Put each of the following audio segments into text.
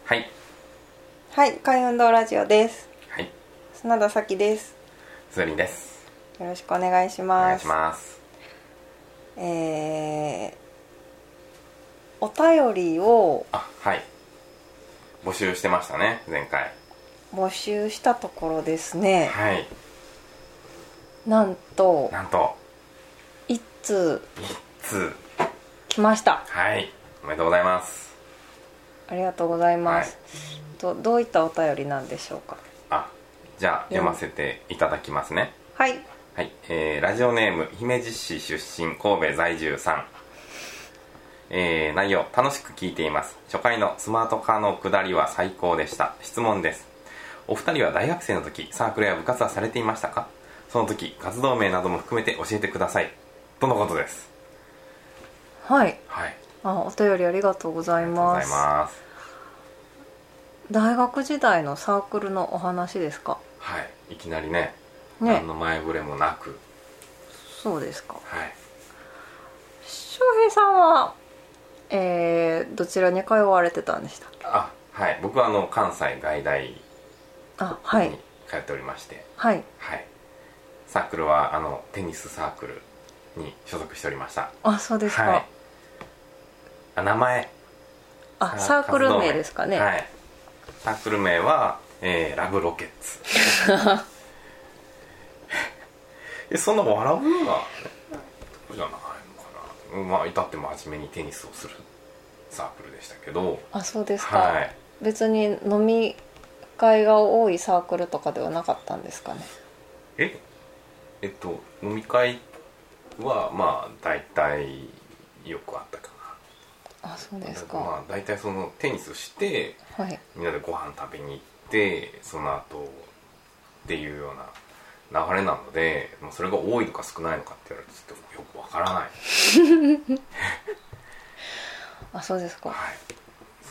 はい。 はい、開運動ラジオです。 はい。 砂田咲です。 すりです。 よろしくお願いします。 お願いします。 お便りをはい。募集してましたね、前回。 募集したところですね。 はい。 なんと一通通来ました。 はい。おめでとうございます。 ありがとうございます。どういったお便りなんでしょうか。 じゃあ読ませていただきますね。 はい。 はい。ラジオネーム姫路市出身、神戸在住さん。内容楽しく聞いています。初回のスマート化の下りは最高でした。質問です。お二人は大学生の時サークルや部活はされていましたか？その時活動名なども含めて教えてください、とのことです。 はい。 はい。 お便りありがとうございます。 ありがとうございます。 大学時代のサークルのお話ですか？ はい。いきなりね、何の前触れもなく。 そうですか。 はい。 翔平さんはどちらに通われてたんでしたっけ？ はい。僕は関西外大に通っておりまして、 はい。 サークルはテニスサークルに所属しておりました。 そうですか。はい、 名前サークル名ですかね。 はい。サークル名は、ラブロケッツ。そんな笑うようなとこじゃないのかな。至って真面目にテニスをするサークルでしたけど。 そうですか。はい。別に飲み会が多いサークルとかではなかったんですかね。 飲み会は大体よくあったかな。 そうですか。 大体テニスして、はい、みんなでご飯食べに行ってその後っていうような流れなので、それが多いのか少ないのかって言われるとよくわからない。 そうですか。 はい。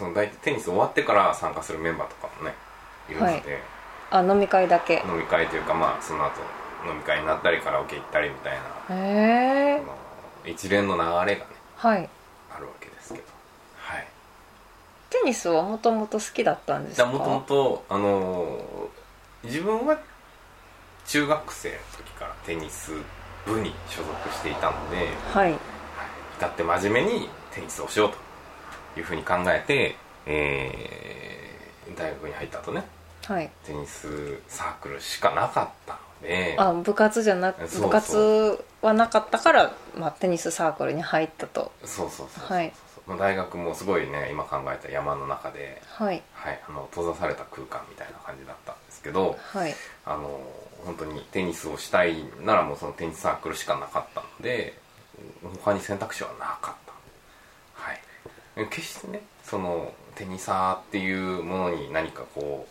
大体テニス終わってから参加するメンバーとかもねいるので、 はい、飲み会だけ。 飲み会というかその後飲み会になったりカラオケ行ったりみたいな、一連の流れがね、はい、あるわけですけど、はい。 テニスはもともと好きだったんですか？ もともと自分は中学生の時からテニス部に所属していたので、はい、至って真面目にテニスをしようというふうに考えて、大学に入った後ね、はい、テニスサークルしかなかったので、 部活じゃなく、部活はなかったから、テニスサークルに入ったと。 そう、はい。大学もすごいね、今考えたら山の中で、はい、閉ざされた空間みたいな感じだったんですけど、はい、本当にテニスをしたいならもうそのテニスサークルしかなかったので、他に選択肢はなかった。はい。決してね、テニサーっていうものに何か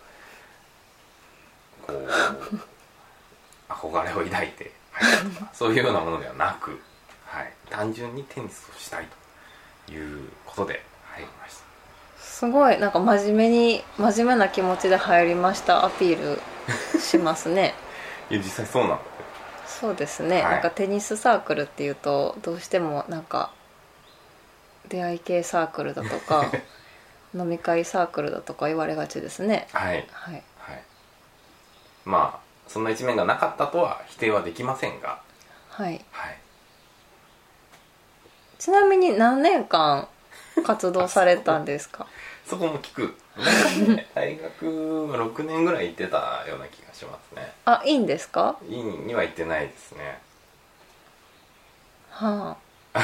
憧れを抱いて入ったとかそういうようなものではなく、はい、単純にテニスをしたいということで入りました。 すごい真面目な気持ちで入りましたアピールしますね。 いや実際そうなんだよ。 そうですね、はい、テニスサークルっていうとどうしても出会い系サークルだとか飲み会サークルだとか言われがちですね。 はい、はいはい。そんな一面がなかったとは否定はできませんが、はい、はい、 ちなみに何年間活動されたんですか？ そこも聞く。大学6年ぐらい行ってたような気がしますね。 いいんですか？ いいには行ってないですね。 はあ。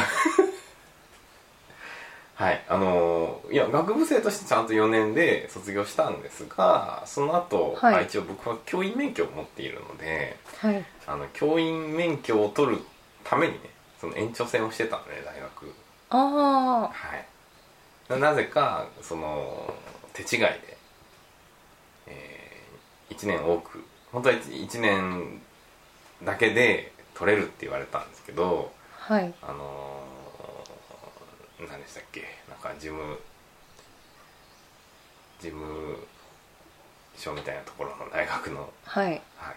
はい。いや学部生としてちゃんと4年で卒業したんですが、その後、はい、一応僕は教員免許を持っているので、はい、教員免許を取るためにね、その延長戦をしてたんで、ね、大学。はい。なぜか手違いで、1年多く、本当は1年だけで取れるって言われたんですけど、はい。何でしたっけ、事務所みたいなところの大学の、はいはいはい、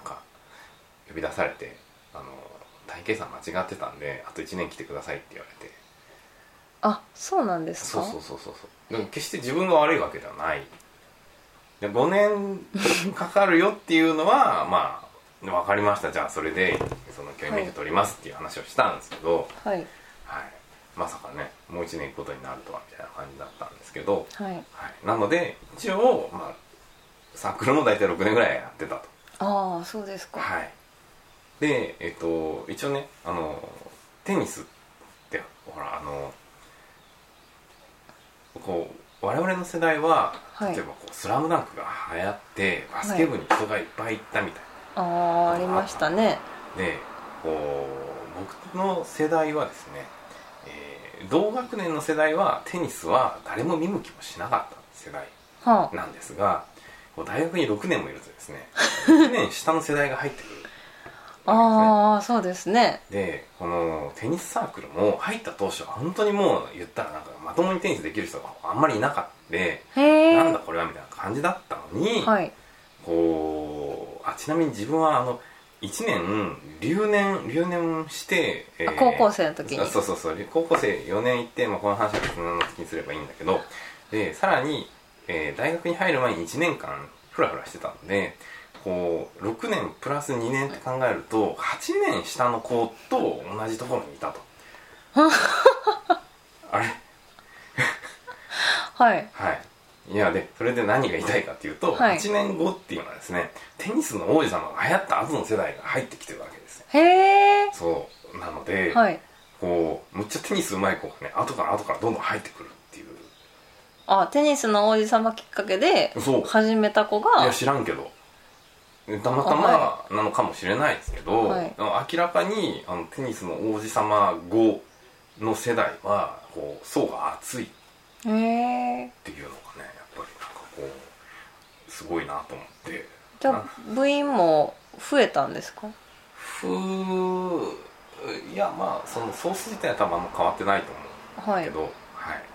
呼び出されて、単位計算間違ってたんであと1年来てくださいって言われて、 あ、そうなんですか。 そうでも決して自分が悪いわけではない。で5年かかるよっていうのはまあ分かりました、じゃあそれでその教員免許取りますっていう話をしたんですけど、 はい、 はい、まさかねもう1年行くことになるとはみたいな感じだったんですけど、 はいはい、なので一応、まあ、サークルも大体6年ぐらいやってたと。 ああ、そうですか。 はい。で一応ねテニスってほらこう我々の世代は、はい、例えばこうスラムダンクが流行ってバスケ部に人がいっぱい行ったみたいな、 はい、ありましたね。 でこう僕の世代はですね、同学年の世代はテニスは誰も見向きもしなかった世代なんですが、はあ、大学に6年もいるとですね1年下の世代が入ってくるああ、そうですね。 でこのテニスサークルも入った当初は本当にもう言ったらなんかまともにテニスできる人があんまりいなかったで、なんだこれはみたいな感じだったのに、はい、こうちなみに自分は1年留年して、 高校生の時にそう高校生4年行って、まあ、この話は別の時にすればいいんだけど、でさらに、大学に入る前に1年間フラフラしてたんで、こう6年プラス2年って考えると8年下の子と同じところにいたとあれはいはいいやでそれで何が言いたいかっていうと、はい、8年後っていうのはですねテニスの王子様が流行った後の世代が入ってきてるわけですよ。 へえ。 そうなので、 はい、 こうむっちゃテニス上手い子がね後からどんどん入ってくるっていう。 あ、テニスの王子様きっかけで始めた子が。 いや知らんけどたまたまなのかもしれないですけど、はい、明らかにテニスの王子様後の世代はこう層が厚いっていうのがねやっぱりなんかこうすごいなと思って。 じゃあ部員も増えたんですか？ いやまあそのソース自体は多分あんま変わってないと思うけど、はい、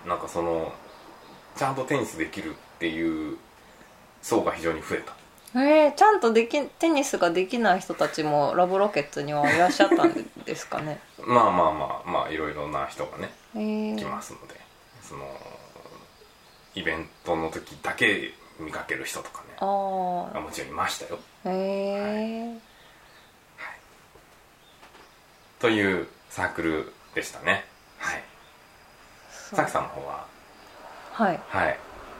なんかそのちゃんとテニスできるっていう層が非常に増えた。 ちゃんとテニスができない人たちもラブロケッツにはいらっしゃったんですかねまあいろいろな人がね来ますので、そのイベントの時だけ見かける人とかねもちろんいましたよ。はいというサークルでしたね。はい。さきさんの方ははいはい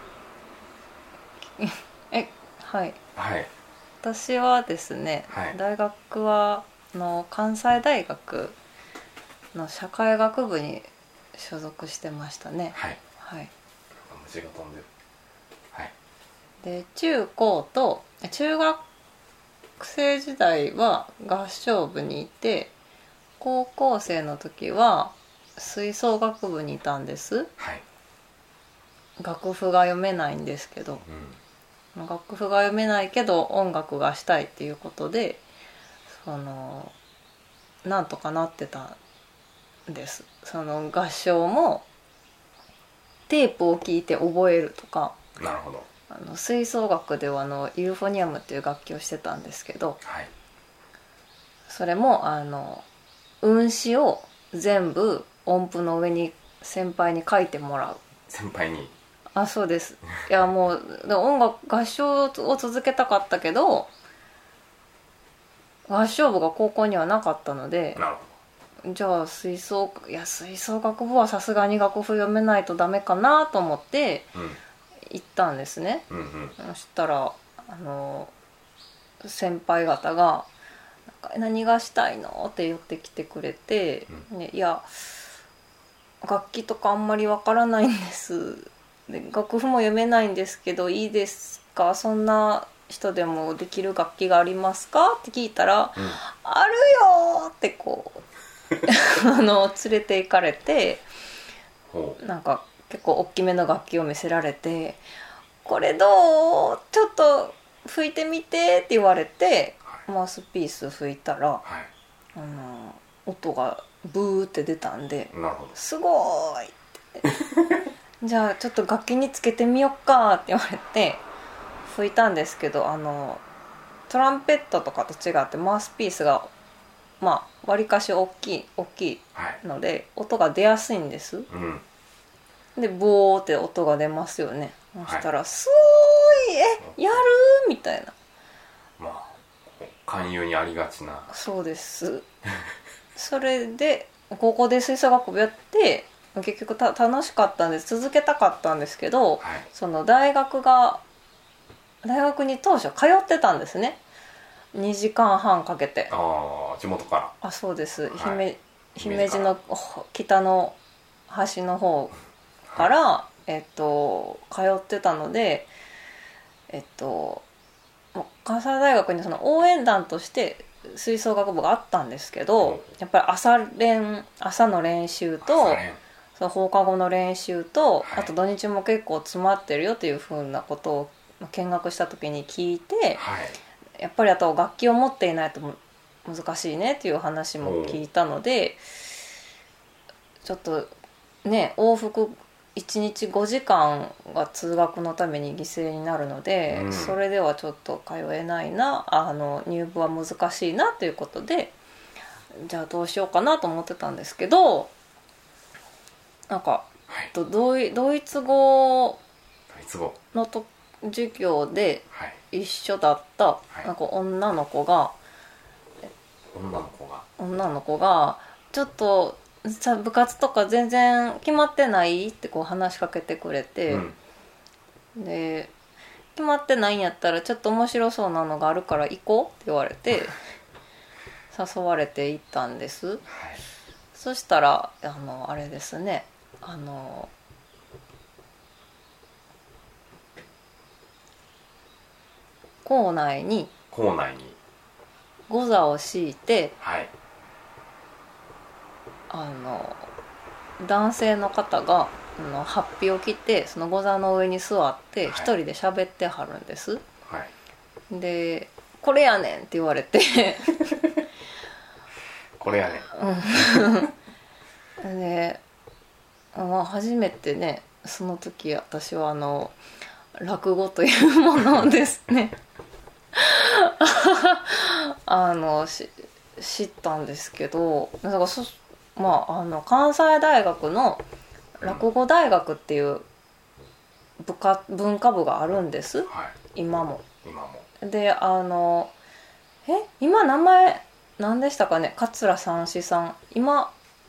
はいはい、 私はですね、はい、大学は関西大学の社会学部に所属してましたね。 はいはい。 虫が飛んでる。はい。 で中学生時代は合唱部にいて、高校生の時は吹奏楽部にいたんです。 はい。 楽譜が読めないんですけど。楽譜が読めないけど音楽がしたいっていうことでなんとかなってたんです。その合唱もテープを聞いて覚えるとか。 なるほど。 吹奏楽ではユーフォニアムっていう楽器をしてたんですけど、 はい、 それも運指を全部音符の上に先輩に書いてもらう。 先輩に。 あ、そうです。いやもう合唱を続けたかったけど合唱部が高校にはなかったので、 なるほど。 じゃあ吹奏楽部はさすがに楽譜読めないとダメかなと思って行ったんですね。そしたら先輩方が「何がしたいの?」って言ってきてくれて、いや楽器とかあんまりわからないんですで楽譜も読めないんですけどいいですか、そんな人でもできる楽器がありますかって聞いたら、あるよってこう連れて行かれて、なんか結構大きめの楽器を見せられて、これどうちょっと吹いてみてって言われて、マウスピース吹いたら、音がブーって出たんで、すごいってじゃあちょっと楽器につけてみよっかって言われて吹いたんですけど、トランペットとかと違ってマウスピースがわりかし大きいので、音が出やすいんです。 でボーって音が出ますよね。そしたら、すごいやるみたいな。 まあ勧誘にありがちな。 そうですそれで高校で吹奏楽部やって結局楽しかったんです。続けたかったんですけど、その大学に当初通ってたんですね。2時間半かけて。 地元から。 そうです、姫路の北の端の方から、通ってたので、関西大学にその応援団として吹奏楽部があったんですけど、やっぱり朝の練習とその放課後の練習と、あと土日も結構詰まってるよっていうふうなことを見学した時に聞いて、やっぱりあと楽器を持っていないと難しいねっていう話も聞いたので、ちょっとね往復1日5時間が通学のために犠牲になるので、それではちょっと通えないな、入部は難しいなということで、じゃあどうしようかなと思ってたんですけど、なんか、ドイツ語の授業で一緒だった、なんか女の子がちょっと部活とか全然決まってないってこう話しかけてくれて、で決まってないんやったらちょっと面白そうなのがあるから行こうって言われて誘われて行ったんです。そしたらあれですね、校内にゴザを敷いて、男性の方がハッピーを着てそのゴザの上に座って一人で喋ってはるんです、でこれやねんって言われてこれやねんで、初めてねその時私は落語というものをですね知ったんですけど、だから関西大学の落語大学っていう文化部があるんです、今も。で今名前何でしたかね、桂三枝さん、今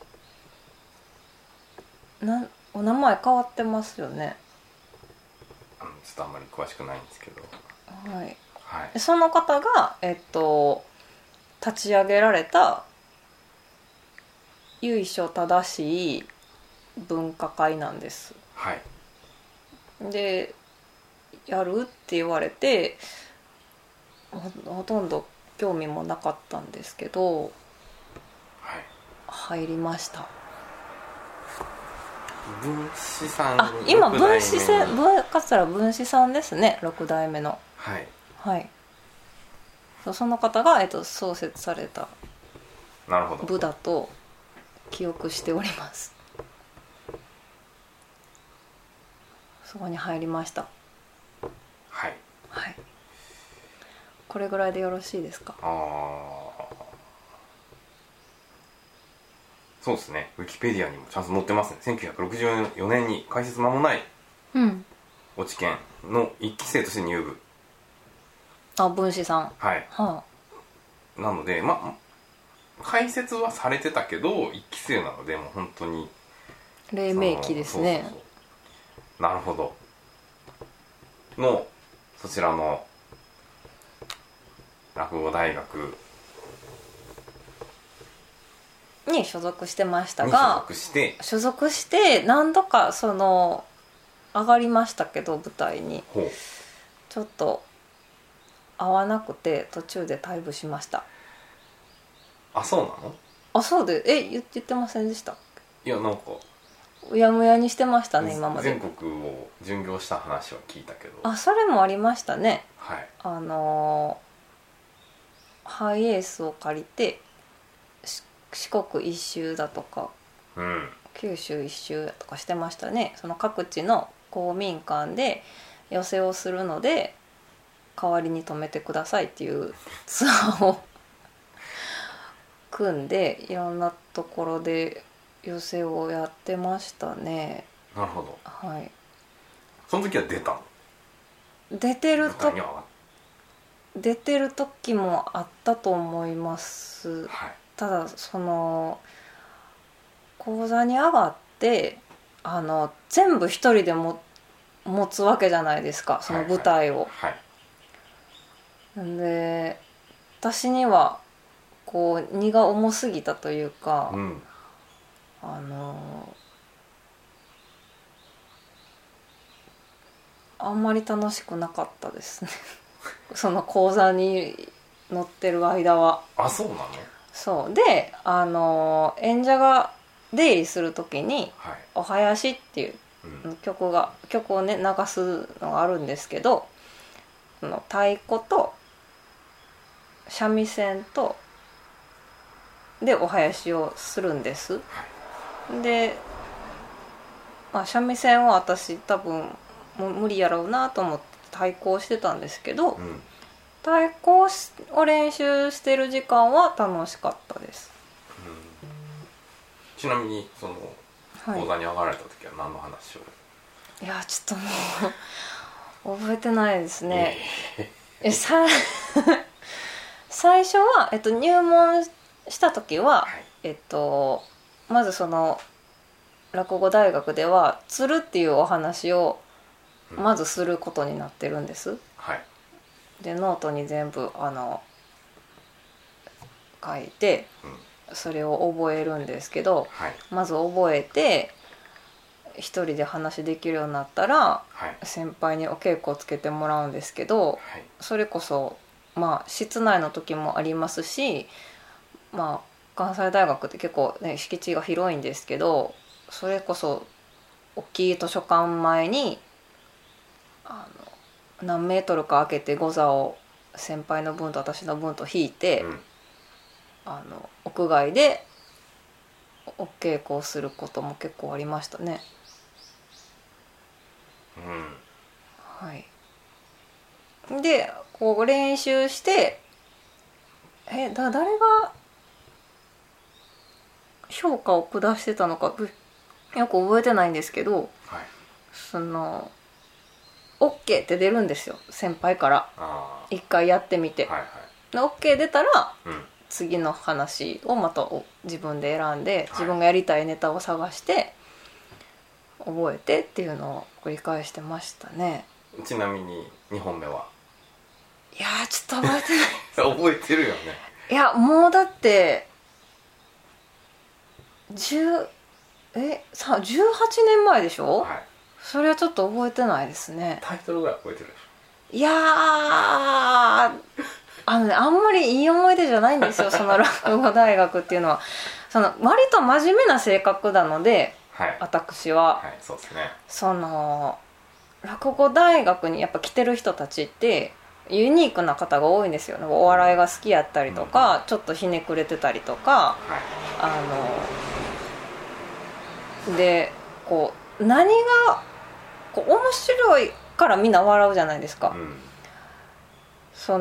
お名前変わってますよね。 ちょっとあんまり詳しくないんですけど、 その方が立ち上げられた由緒正しい文化会なんです、でやるって言われてほとんど興味もなかったんですけど、入りました。 文枝さん、 今桂文枝さんですね、6代目の。その方が、創設された部だと記憶しております。そこに入りました。これぐらいでよろしいですか？ そうですね、ウィキペディアにもちゃんと載ってますね。1964年に開設間もない越智県の1期生として入部。 文枝さん。 なので開設はされてたけど1期生なので、もう本当に黎明期ですね。 なるほど。そちらの落語大学に所属してましたが、 所属して何度か上がりましたけど、舞台にちょっと合わなくて途中で退部しました。 そうなの？ そうで言ってませんでした？ いや、なんかうやむやにしてましたね、今まで。 全国を巡業した話は聞いたけど。 それもありましたね。ハイエースを借りて四国一周だとか、九州一周だとかしてましたね。その各地の公民館で寄席をするので代わりに止めてくださいっていうツアーを組んで、いろんなところで寄席をやってましたね。 なるほど。 はい。 その時は出たの？ 出てる時もあったと思います、はい、ただその講座に上がって全部一人で持つわけじゃないですか、その舞台を、はいはいはい、で私にはこう荷が重すぎたというか、うん、あんまり楽しくなかったですねその講座に乗ってる間は。 あ、そうなの？ そうで演者が出入りする時に「はい、お囃子」っていう曲をね流すのがあるんですけど、太鼓と三味線とでお囃子をするんです。で、三味線は私多分もう無理やろうなと思って太鼓をしてたんですけど、うん、太鼓を練習してる時間は楽しかったです。 うん、ちなみにその講座に上がられた時は何の話を？ いやちょっともう覚えてないですね。最初は、入門した時は、はい、まずその落語大学では鶴っていうお話をまずすることになってるんです、うん、はい、でノートに全部書いて、うん、それを覚えるんですけど、はい、まず覚えて一人で話できるようになったら、はい、先輩にお稽古をつけてもらうんですけど、はい、それこそ室内の時もありますし、関西大学って結構、ね、敷地が広いんですけど、それこそ大きい図書館前に何メートルか空けてゴザを先輩の分と私の分と引いて、うん、屋外でお稽古をすることも結構ありましたね。うん、はい。でこう練習して誰が評価を下してたのかよく覚えてないんですけど、はい、その OK って出るんですよ、先輩から一回やってみて、はいはい、OK 出たら、うん、次の話をまた自分で選んで、自分がやりたいネタを探して覚えてっていうのを繰り返してましたね。 ちなみに2本目は？ いやちょっと覚えてない覚えてるよね。 いやもうだって18年前でしょ、はい、それはちょっと覚えてないですね。 タイトルぐらい覚えてるでしょ？ いやあんまりいい思い出じゃないんですよその落語大学っていうのは。割と真面目な性格なので、はい、私は、はい、そうですね、落語大学にやっぱ来てる人たちってユニークな方が多いんですよ。お笑いが好きやったりとか、うん、ちょっとひねくれてたりとか、はい、でこう何がこう面白いからみんな笑うじゃないですか、うん、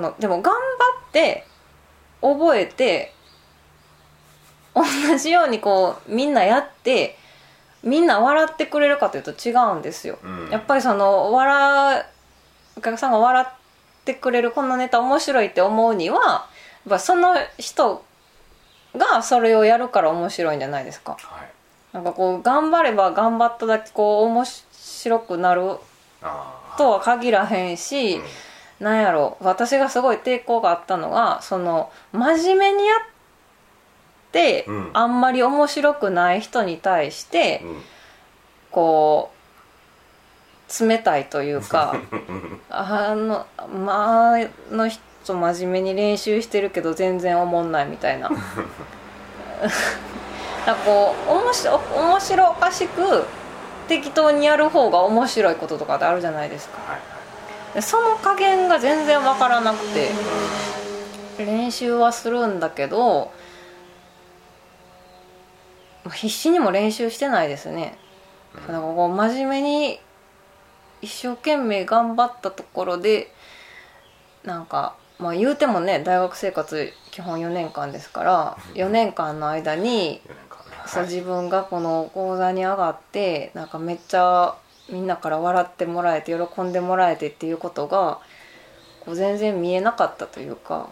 でも頑張って覚えて同じようにこうみんなやってみんな笑ってくれるかというと違うんですよ、うん、やっぱりお客さんが笑ってくれるこのネタ面白いって思うにはやっぱその人がそれをやるから面白いんじゃないですか、はい、なんかこう頑張れば頑張っただけこう面白くなるとは限らへんし、なんやろ私がすごい抵抗があったのが真面目にやってあんまり面白くない人に対してこう冷たいというかの人真面目に練習してるけど全然おもんないみたいななんかこう面白おかしく適当にやる方が面白いこととかってあるじゃないですか、はい、その加減が全然わからなくて練習はするんだけど必死にも練習してないですね。なんかこう真面目に一生懸命頑張ったところでなんか言うてもね大学生活基本4年間ですから4年間の間にそう自分がこの講座に上がってなんかめっちゃみんなから笑ってもらえて喜んでもらえてっていうことがこう全然見えなかったというか、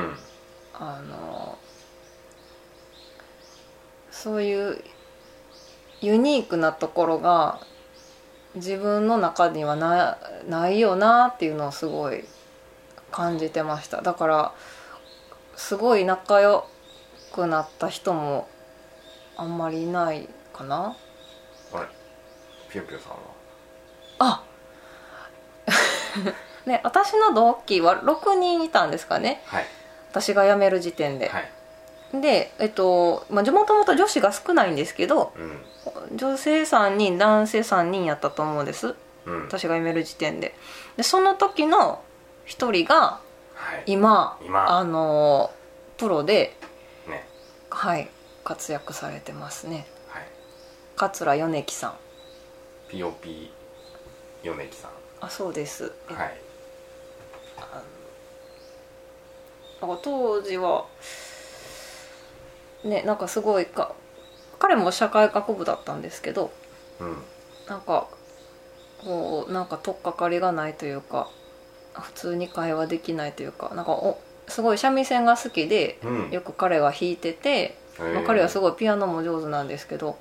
そういうユニークなところが自分の中にはないよなっていうのをすごい感じてました。だからすごい仲良くなった人もあんまりいないかな。 あれぴよぴよさんはね、私の同期は6人いたんですかね、 はい、 私が辞める時点で、 はい、 でもともと女子が少ないんですけど、女性3人男性3人やったと思うんです、私が辞める時点で。その時の1人が今プロで、ね、はい、活躍されてますね、はい、桂米木さん、 ピヨピ米木さん。 あ、そうです、 はい、 なんか当時はね、なんかすごい彼も社会学部だったんですけど、なんかこうなんか取っかかりがないというか普通に会話できないというか、なんかすごい三味線が好きで、よく彼が弾いてて、彼はすごいピアノも上手なんですけど、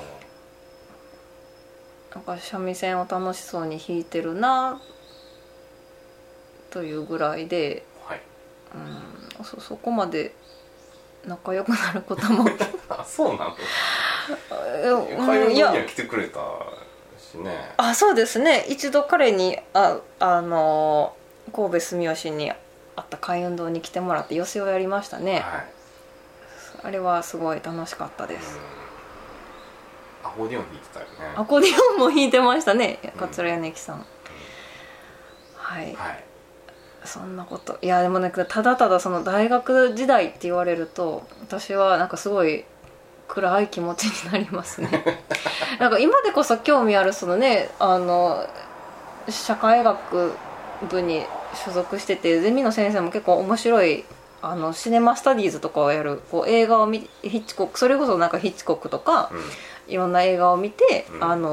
なんか三味線を楽しそうに弾いてるなというぐらいで、はい、そこまで仲良くなることもあ、そうなの会話には来てくれたしね。 あ、そうですね、一度彼に神戸住吉にあった海運動に来てもらって寄席をやりましたね、はい、あれはすごい楽しかったです。 アコーディオン弾いてたよね。 アコーディオンも弾いてましたね、桂米木さん、はい、はい、そんなこと。いやでもね、ただただその大学時代って言われると私はなんかすごい暗い気持ちになりますねなんか今でこそ興味あるそのね、社会学部に所属してて、ゼミの先生も結構面白いシネマスタディーズとかをやる、こう映画をヒッチコック、それこそなんかヒッチコックとか、いろんな映画を見て、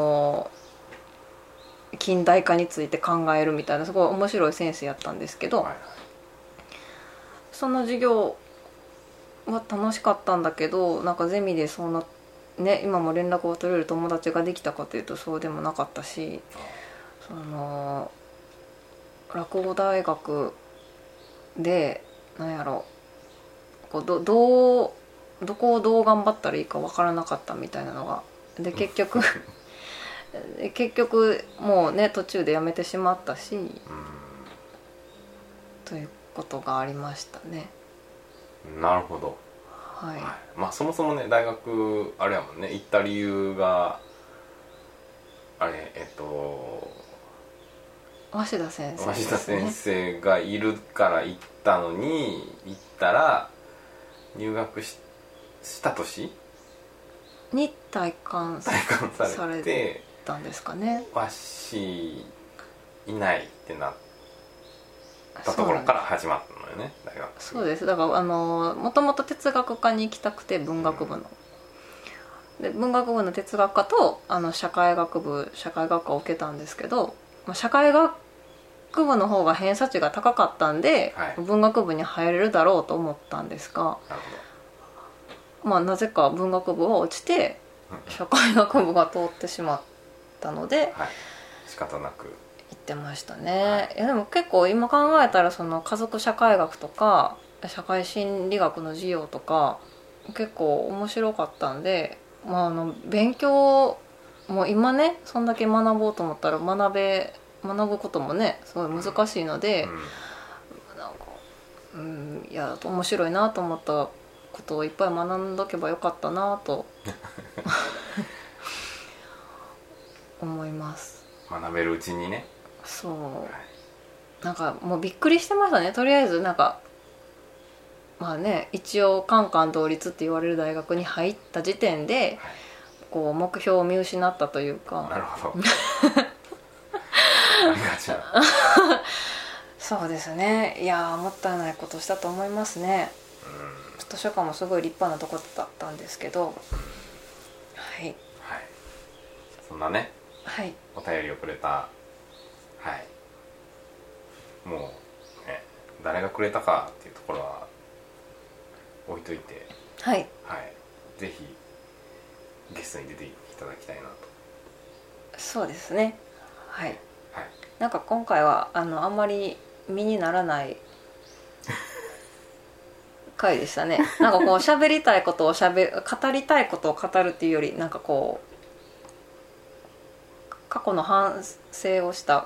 近代化について考えるみたいなすごい面白い先生やったんですけど、その授業は楽しかったんだけど、なんかゼミでそんなね、今も連絡を取れる友達ができたかというとそうでもなかったし、その落語大学でなんやろこうどこをどう頑張ったらいいか分からなかったみたいなのがで、結局もうね途中で辞めてしまったし、ということがありましたね。 なるほど、はい、まあそもそもね大学あれやもんね、行った理由があれ鷲田先生、 鷲田先生がいるから行ったのに、行ったら入学した年に体感されてたんですかね。 わしいないってなったところから始まったのよね、大学。 そうです。だからもともと哲学科に行きたくて、文学部の、で文学部の哲学科と社会学科を受けたんですけど、社会学部の方が偏差値が高かったんで、はい、文学部に入れるだろうと思ったんですが、なぜか文学部は落ちて社会学部が通ってしまったので、 はい、仕方なく行ってましたね、はい、いやでも結構今考えたらその家族社会学とか社会心理学の授業とか結構面白かったんで、勉強も今ねそんだけ学ぼうと思ったら学ぶこともねすごい難しいので、いや面白いなと思ったことをいっぱい学んどけばよかったなと思います。 学べるうちにね。 そう、なんかもうびっくりしてましたね。とりあえずなんか一応カンカン同率って言われる大学に入った時点で、はい、こう目標を見失ったというか。 なるほどそうですね。いやもったいないことしたと思いますね。図書館もすごい立派なとこだったんですけど、 はい、 そんなね、 はい、 お便りをくれた、もうね、誰がくれたかっていうところは置いといて、ぜひゲストに出ていただきたいなと。 そうですね。なんか今回はあんまり身にならない回でしたね。なんかこう喋りたいことを語りたいことを語るっていうより、なんかこう過去の反省をした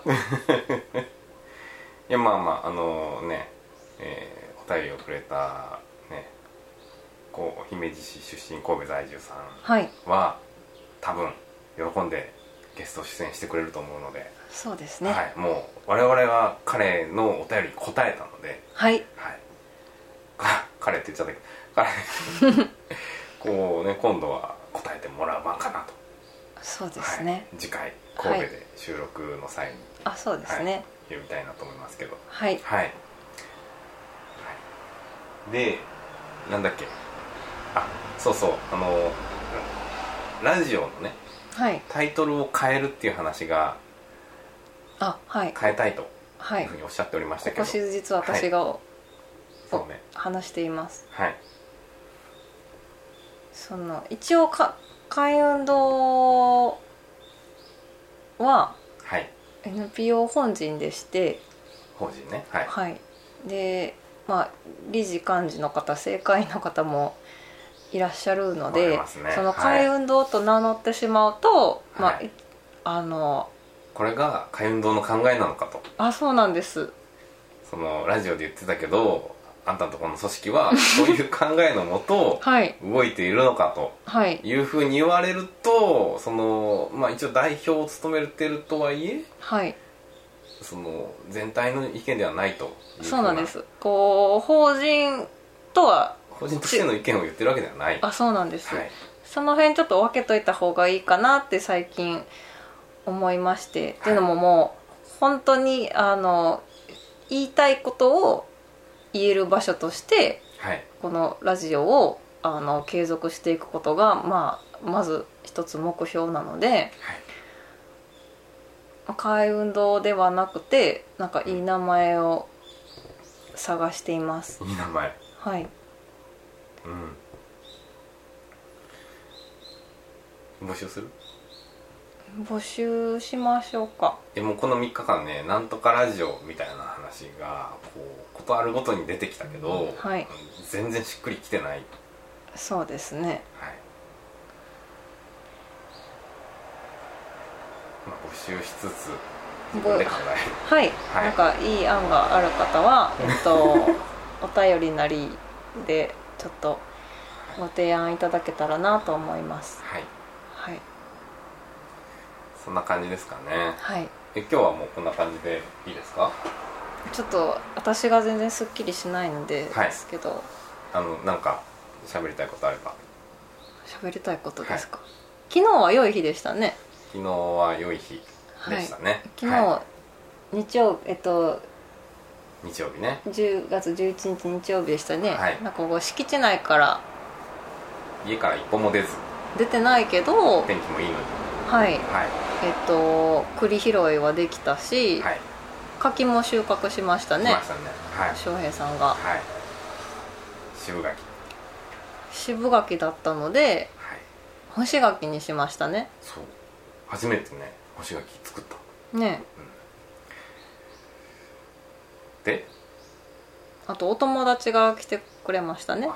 いや、まあまあね、お便りをくれたね、こう姫路市出身神戸在住さんは、多分喜んでゲスト出演してくれると思うので。 そうですね。 もう我々は彼のお便りに答えたので、彼って言っちゃったけど、こうね、今度は答えてもらう番かなと。 そうですね。 次回神戸で収録の際に、 そうですね、 呼びたいなと思いますけど。で、なんだっけ、そうそう、ラジオのね、タイトルを変えるっていう話が、変えたいというふうにおっしゃっておりましたけど、 ここ数日私が、話しています。その一応海運動は NPO 本人でして、 法人ね、 で、理事幹事の方、政界の方もいらっしゃるので、その海運動と名乗ってしまうと、 これが海運動の考えなのかと。 そうなんです。 そのラジオで言ってたけど、あんたのところの組織はそういう考えのもと動いているのかというふうに言われると、その一応代表を務めてるとはいえ、その全体の意見ではないという。 そうなんです。こう法人としての意見を言ってるわけではない。 そうなんです、その辺ちょっと分けといた方がいいかなって最近思いまして、っていうのももう本当に言いたいことを言える場所として、このラジオを継続していくことが、まず一つ目標なので、海運動ではなくて、なんかいい名前を探しています。 いい名前。募集する？ 募集しましょうか。 もうこの3日間ね、なんとかラジオみたいな話がことあるごとに出てきたけど、全然しっくりきてない。 そうですね。 募集しつつ自分で考える。なんかいい案がある方はお便りなりでちょっとご提案いただけたらなと思います。 そんな感じですかね。今日はもうこんな感じでいいですか？ ちょっと私が全然すっきりしないのでですけど、 なんか喋りたいことあれば。 喋りたいことですか？昨日は良い日でしたね。 昨日は良い日でしたね。 昨日、日曜日ね、 10月11日日曜日でしたね。なんかこう敷地内から家から一歩も出てないけど、 天気もいいのに、 栗拾いはできたし、柿も収穫しましたね。翔平さんが、渋柿だったので、干し柿にしましたね。 そう、初めてね、干し柿作ったね。 で、 あとお友達が来てくれましたね。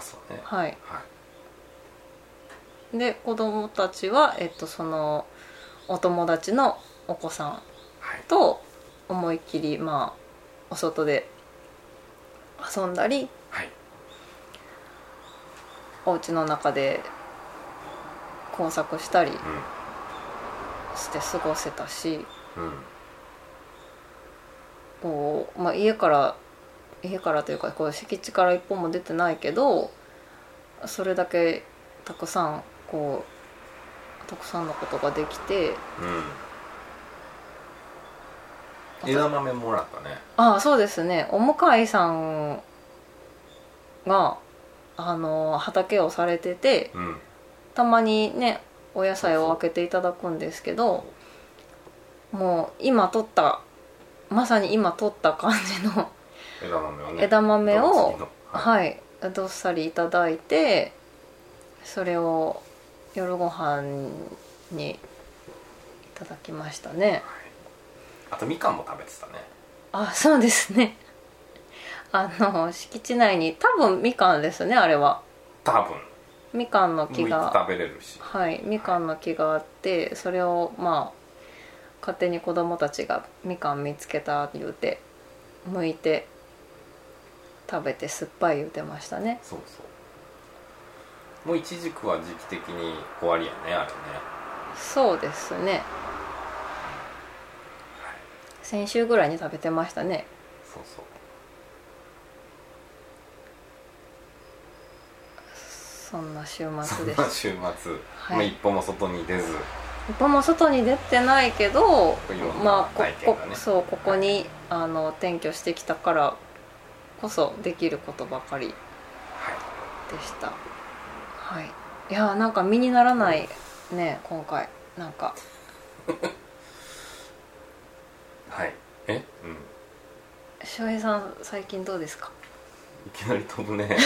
で、子供たちはそのお友達のお子さんと思いっきりお外で遊んだり、お家の中で工作したりして過ごせたし、こう家からというか、こう敷地から一歩も出てないけど、それだけたくさんのことができて、 枝豆もらったね。 そうですね。お向かいさんが畑をされてて、たまにね、 お野菜を分けていただくんですけど、もう今取ったまさに今取った感じの枝豆をはい、どっさりいただいて、それを夜ご飯にいただきましたね、はい、 あとみかんも食べてたね。 あ、そうですね。敷地内に多分みかんですね、あれは。 多分みかんの木が食べれるし、 はい、みかんの木があって、それをまあ勝手に子供たちがみかん見つけた言うて剥いて食べて酸っぱい言うてましたね。 そうそう、もういちじくは時期的に終わりやね、あれね。 そうですね、はい、先週ぐらいに食べてましたね。 そうそう、 そんな週末です。 そんな週末、はい、まあ、一歩も外に出ず。 一歩も外に出てないけど、まあここに転居してきたからこそできることばかりでした。はい。いや、なんか身にならないね、今回なんか。 はい。うん。 翔平さん最近どうですか？ いきなり飛ぶね。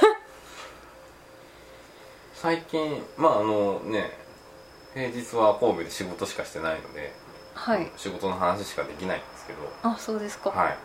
最近まあね、平日は神戸で仕事しかしてないので、はい、仕事の話しかできないんですけど。 あ、そうですか。 はい。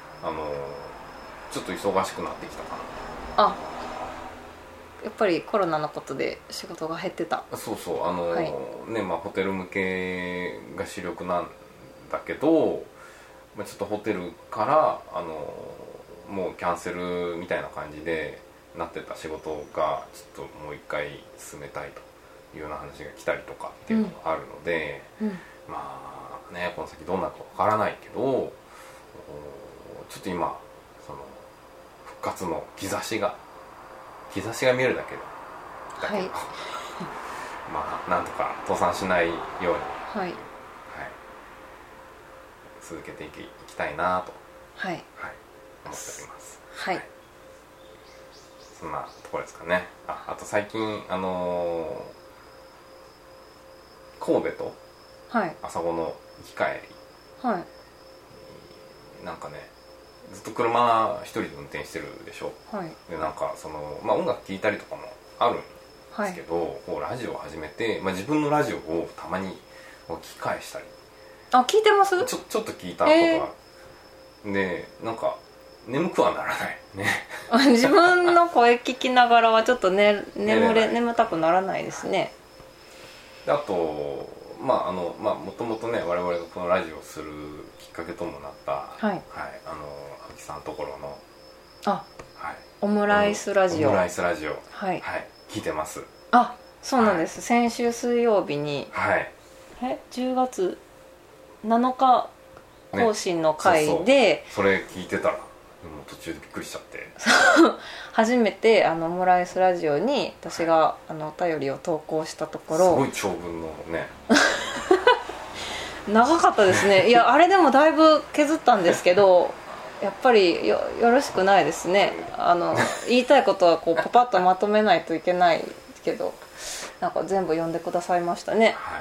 ちょっと忙しくなってきたかな。あ、やっぱりコロナのことで仕事が減ってた。 そうそう、はい、ね、まあホテル向けが主力なんだけど、まあ、ちょっとホテルからもうキャンセルみたいな感じでなってた仕事がちょっともう一回進めたいというような話が来たりとかっていうのがあるので、まあね、この先どうなるかわからないけど、ちょっと今その復活の兆しが見えるだけど、はい、まあなんとか倒産しないように、はい、はい、続けていきたいなと、はい、はい、思っております。はい、はい、そんなところですかね。あと最近神戸と朝子の行き帰り、はい、なんかね、ずっと車一人で運転してるでしょ、はい、でなんかまあ、音楽聴いたりとかもあるんですけど、はい、こうラジオを始めて、まあ、自分のラジオをたまに聞き返したり。 あ、聞いてます？ ちょっと聞いたことがある、でなんか眠くはならないね。 自分の声聞きながらはちょっと、眠たくならないですね。 であとまあもともとね、我々がこのラジオをするきっかけともなった、はい、はい、青木さんのところのはい、 オムライスラジオ、 はい、はい、聞いてます。あ、 そうなんです、はい、先週水曜日に、はい、10月7日更新の回で、 ね、それ聞いてたらもう途中でびっくりしちゃって初めてオムライスラジオに私がお便りを投稿したところ、 すごい長文のね長かったですね。いや、あれでもだいぶ削ったんですけどやっぱり よろしくないですね。言いたいことはこうパパッとまとめないといけないけど、なんか全部読んでくださいましたね。 はい、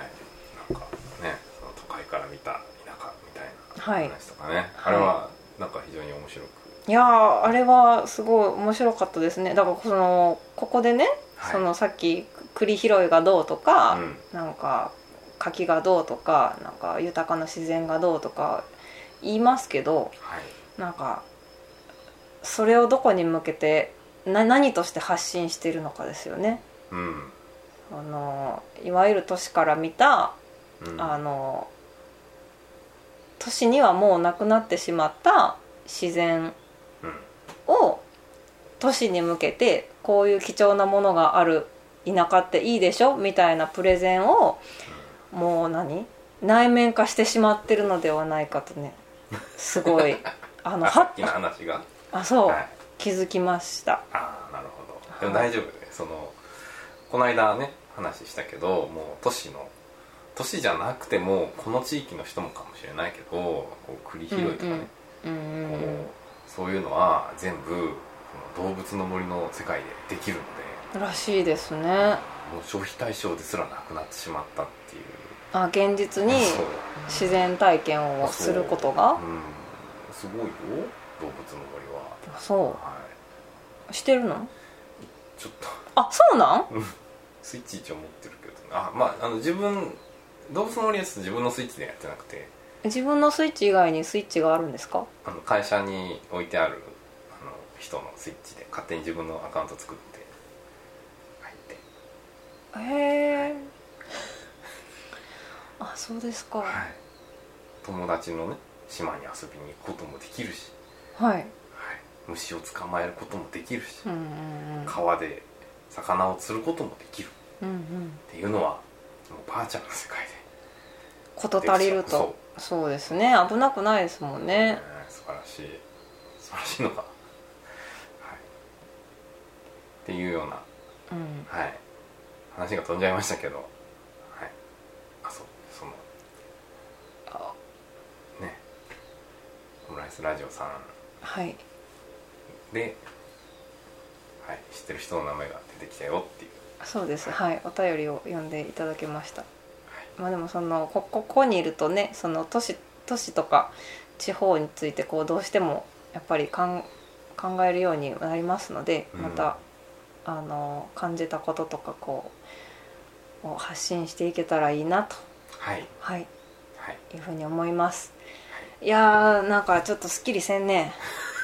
なんかね、その都会から見た田舎みたいな話とかね、はい、あれはなんか非常に面白く、 いやあれはすごい面白かったですね。だからここでね、はい、さっき栗拾いがどうとか、なんか柿がどうとか、なんか豊かな自然がどうとか言いますけど、はい、なんかそれをどこに向けて何として発信しているのかですよね。うん、いわゆる都市から見た、うん、都市にはもうなくなってしまった自然を都市に向けて、こういう貴重なものがある田舎っていいでしょみたいなプレゼンをもう内面化してしまってるのではないかとね、すごいさっきの話がそう、はい、気づきました。 ああ、なるほど。でも大丈夫で、この間ね話したけど、もう都市じゃなくてもこの地域の人もかもしれないけど、こう栗拾いとかね、そういうのは全部動物の森の世界でできるのでらしいですね。 もう消費対象ですらなくなってしまったっていう。 現実に自然体験をすることが、 すごいよ動物の森は。 そう、はい、してるの？ ちょっとそうなん？ スイッチ一応持ってるけど、自分動物の森は自分のスイッチでやってなくて。 自分のスイッチ以外にスイッチがあるんですか？ 会社に置いてある人のスイッチで勝手に自分のアカウント作って入って。 へえ。そうですか。 はい、友達のね島に遊びに行くこともできるし、 はい、 虫を捕まえることもできるし、川で魚を釣ることもできる、っていうのはもうバーチャルな世界でこと足りると。そうですね、危なくないですもんね。 素晴らしいのか、っていうような、話が飛んじゃいましたけど、そのねオムライスラジオさんで、知ってる人の名前が出てきたよっていう。 そうです、お便りを読んでいただきました。でもここにいるとね、その都市とか地方についてどうしてもやっぱり考えるようになりますので、また感じたこととか発信していけたらいいなと、いうふうに思います。いやー、なんかちょっとすっきりせんね。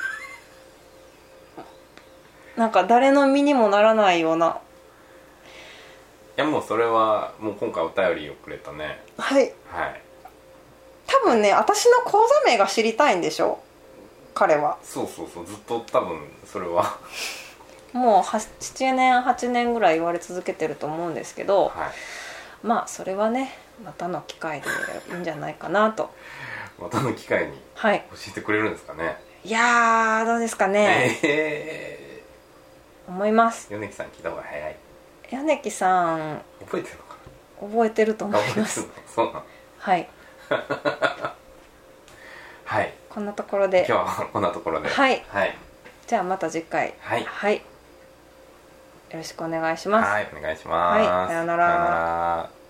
なんか誰の身にもならないような。 いや、もうそれはもう今回お便りをくれたね。 多分ね、私の講座名が知りたいんでしょ、彼は。 そうずっと多分それはもう7年8年ぐらい言われ続けてると思うんですけど、それはね、またの機会でいいんじゃないかなと。 またの機会に教えてくれるんですかね。 いやー、どうですかね。思います。 米木さん聞いた方が早い。 米木さん覚えてるのかな。 覚えてると思います。 そうなの。 こんなところで、 今日はこんなところで、 じゃあまた次回、よろしくお願いします。 お願いします。 さよなら。